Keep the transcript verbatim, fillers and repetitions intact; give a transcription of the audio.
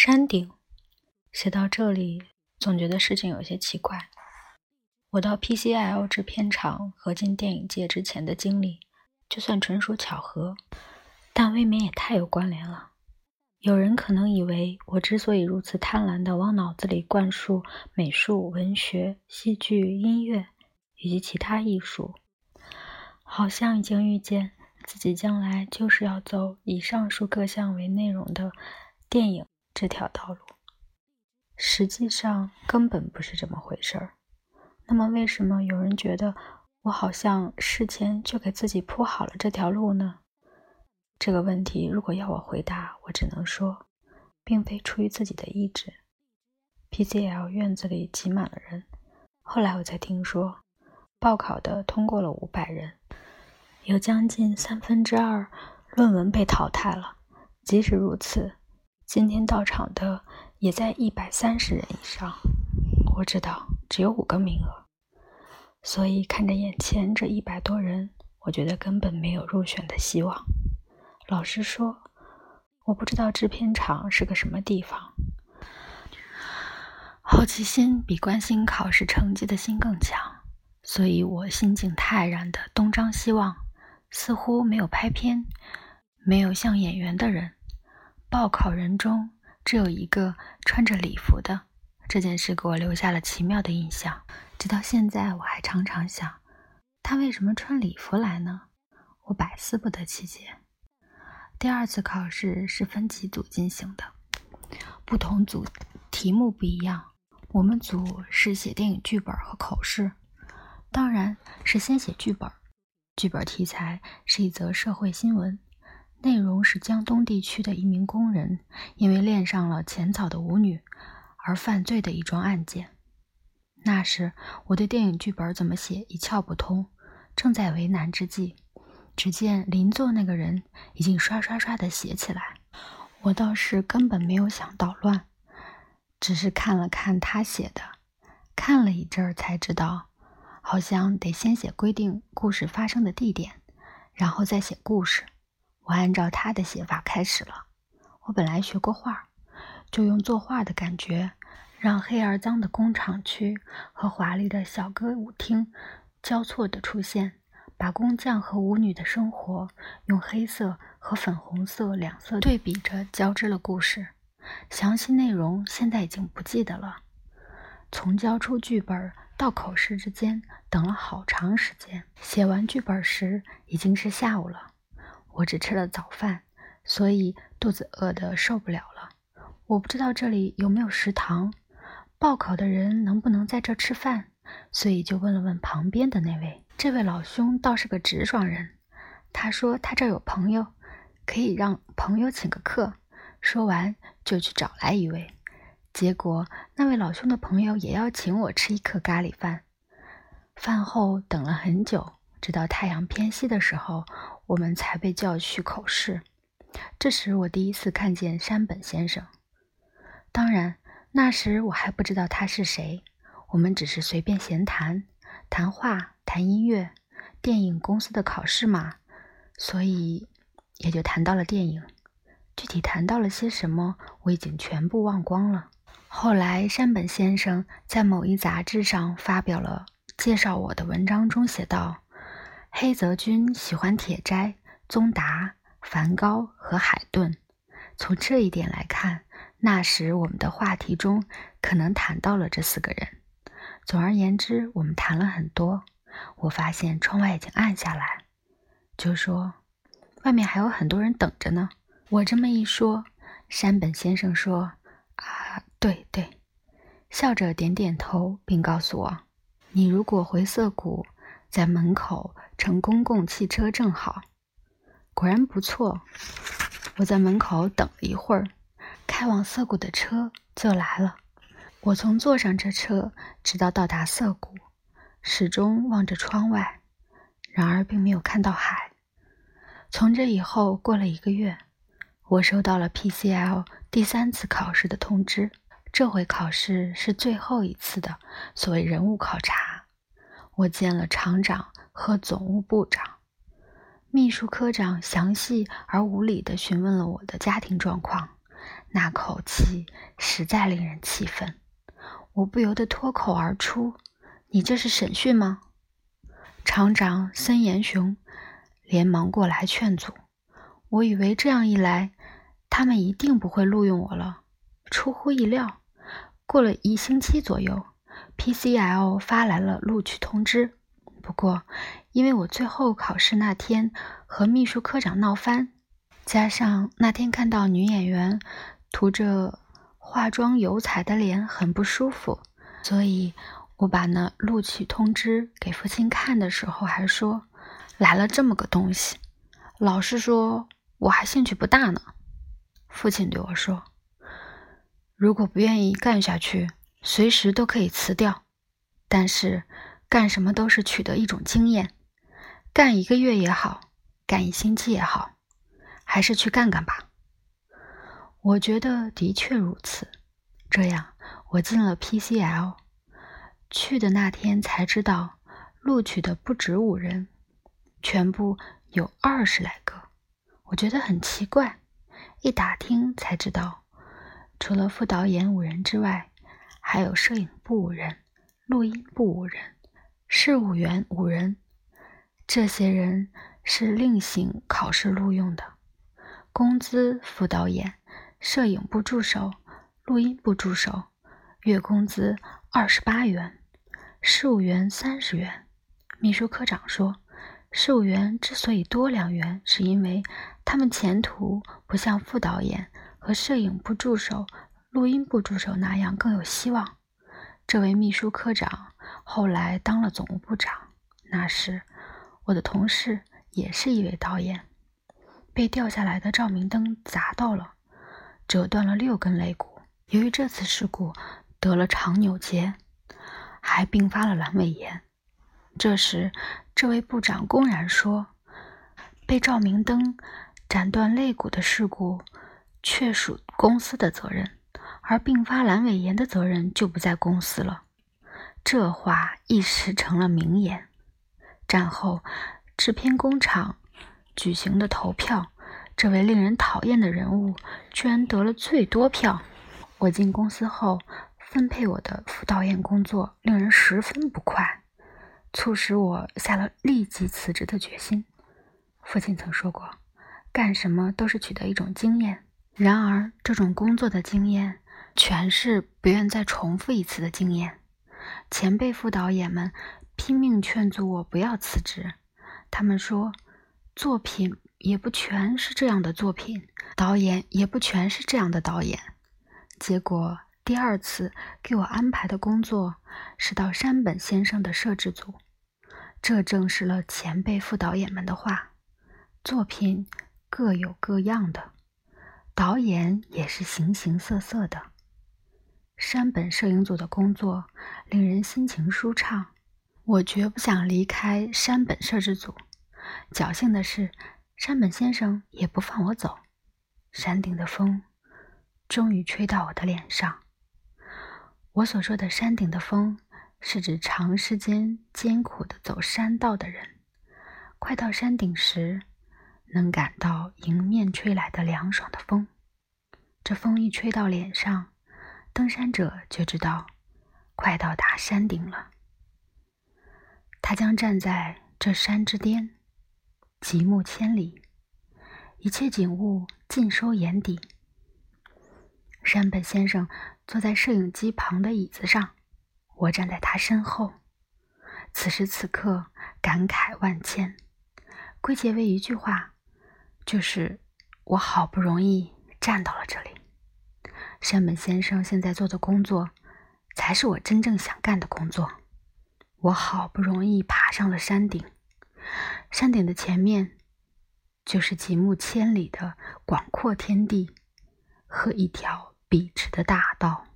山顶，写到这里，总觉得事情有些奇怪。我到 P C L 制片厂和进电影界之前的经历，就算纯属巧合，但未免也太有关联了。有人可能以为我之所以如此贪婪地往脑子里灌输美术、文学、戏剧、音乐以及其他艺术，好像已经预见自己将来就是要走以上述各项为内容的电影这条道路。实际上根本不是这么回事儿。那么为什么有人觉得我好像事前就给自己铺好了这条路呢？这个问题如果要我回答，我只能说并非出于自己的意志。 P C L 院子里挤满了人，后来我才听说报考的通过了五百人，有将近三分之二论文被淘汰了。即使如此，今天到场的也在一百三十人以上。我知道只有五个名额，所以看着眼前这一百多人，我觉得根本没有入选的希望。老实说，我不知道制片厂是个什么地方。好奇心比关心考试成绩的心更强，所以我心境泰然地东张西望，似乎没有拍片，没有像演员的人。报考人中只有一个穿着礼服的，这件事给我留下了奇妙的印象。直到现在我还常常想，他为什么穿礼服来呢？我百思不得其解。第二次考试是分几组进行的，不同组题目不一样。我们组是写电影剧本和口试，当然是先写剧本。剧本题材是一则社会新闻，内容是江东地区的一名工人因为恋上了浅草的舞女而犯罪的一桩案件。那时我对电影剧本怎么写一窍不通，正在为难之际，只见邻座那个人已经刷刷刷地写起来。我倒是根本没有想捣乱，只是看了看他写的，看了一阵儿才知道，好像得先写规定故事发生的地点，然后再写故事。我按照他的写法开始了。我本来学过画，就用作画的感觉，让黑而脏的工厂区和华丽的小歌舞厅交错地出现，把工匠和舞女的生活用黑色和粉红色两色对比着交织了故事。详细内容现在已经不记得了。从交出剧本到口试之间等了好长时间，写完剧本时已经是下午了。我只吃了早饭，所以肚子饿得受不了了。我不知道这里有没有食堂，报考的人能不能在这吃饭，所以就问了问旁边的那位。这位老兄倒是个直爽人，他说他这儿有朋友，可以让朋友请个客，说完就去找来一位。结果那位老兄的朋友也要请我吃一客咖喱饭。饭后等了很久，直到太阳偏西的时候，我们才被叫去口试。这时我第一次看见山本先生。当然那时我还不知道他是谁，我们只是随便闲谈，谈话，谈音乐，电影公司的考试嘛，所以也就谈到了电影。具体谈到了些什么，我已经全部忘光了。后来山本先生在某一杂志上发表了介绍我的文章中写道，黑泽君喜欢铁斋、宗达、梵高和海顿。从这一点来看，那时我们的话题中可能谈到了这四个人。总而言之，我们谈了很多。我发现窗外已经暗下来，就说外面还有很多人等着呢。我这么一说，山本先生说啊，对对，笑着点点头，并告诉我，你如果回涩谷，在门口乘公共汽车正好。果然不错，我在门口等了一会儿，开往涩谷的车就来了。我从坐上这车直到到达涩谷，始终望着窗外，然而并没有看到海。从这以后过了一个月，我收到了 P C L 第三次考试的通知。这回考试是最后一次的所谓人物考察。我见了厂长和总务部长。秘书科长详细而无理地询问了我的家庭状况， 那口气实在令人气愤，我不由得脱口而出：“你这是审讯吗？”厂长森严雄连忙过来劝阻，我以为这样一来，他们一定不会录用我了。出乎意料，过了一星期左右 ，P C L 发来了录取通知。不过，因为我最后考试那天和秘书科长闹翻，加上那天看到女演员涂着化妆油彩的脸很不舒服，所以我把那录取通知给父亲看的时候还说，来了这么个东西，老实说我还兴趣不大呢。父亲对我说，如果不愿意干下去，随时都可以辞掉，但是干什么都是取得一种经验，干一个月也好，干一星期也好，还是去干干吧。我觉得的确如此，这样我进了 P C L， 去的那天才知道录取的不止五人，全部有二十来个。我觉得很奇怪，一打听才知道，除了副导演五人之外，还有摄影部五人、录音部五人、事务员五人。这些人是另行考试录用的，工资副导演、摄影部助手、录音部助手月工资二十八元，事务员三十元。秘书科长说，事务员之所以多两元，是因为他们前途不像副导演和摄影部助手、录音部助手那样更有希望。这位秘书科长后来当了总务部长，那时我的同事也是一位导演，被掉下来的照明灯砸到了，折断了六根肋骨。由于这次事故得了肠扭结，还并发了阑尾炎。这时这位部长公然说，被照明灯斩断肋骨的事故确属公司的责任，而并发阑尾炎的责任就不在公司了。这话一时成了名言。战后制片工厂举行的投票，这位令人讨厌的人物居然得了最多票。我进公司后分配我的副导演工作，令人十分不快，促使我下了立即辞职的决心。父亲曾说过，干什么都是取得一种经验，然而这种工作的经验全是不愿再重复一次的经验。前辈副导演们拼命劝阻我不要辞职，他们说，作品也不全是这样的作品，导演也不全是这样的导演。结果第二次给我安排的工作是到山本先生的摄制组，这证实了前辈副导演们的话，作品各有各样的，导演也是形形色色的。山本摄影组的工作令人心情舒畅，我绝不想离开山本摄制组。侥幸的是，山本先生也不放我走。山顶的风终于吹到我的脸上。我所说的山顶的风，是指长时间艰苦地走山道的人，快到山顶时，能感到迎面吹来的凉爽的风。这风一吹到脸上，登山者就知道快到达山顶了。他将站在这山之巅，极目千里，一切景物尽收眼底。山本先生坐在摄影机旁的椅子上，我站在他身后。此时此刻，感慨万千，归结为一句话，就是我好不容易站到了这里。山本先生现在做的工作，才是我真正想干的工作。我好不容易爬上了山顶，山顶的前面就是极目千里的广阔天地和一条笔直的大道。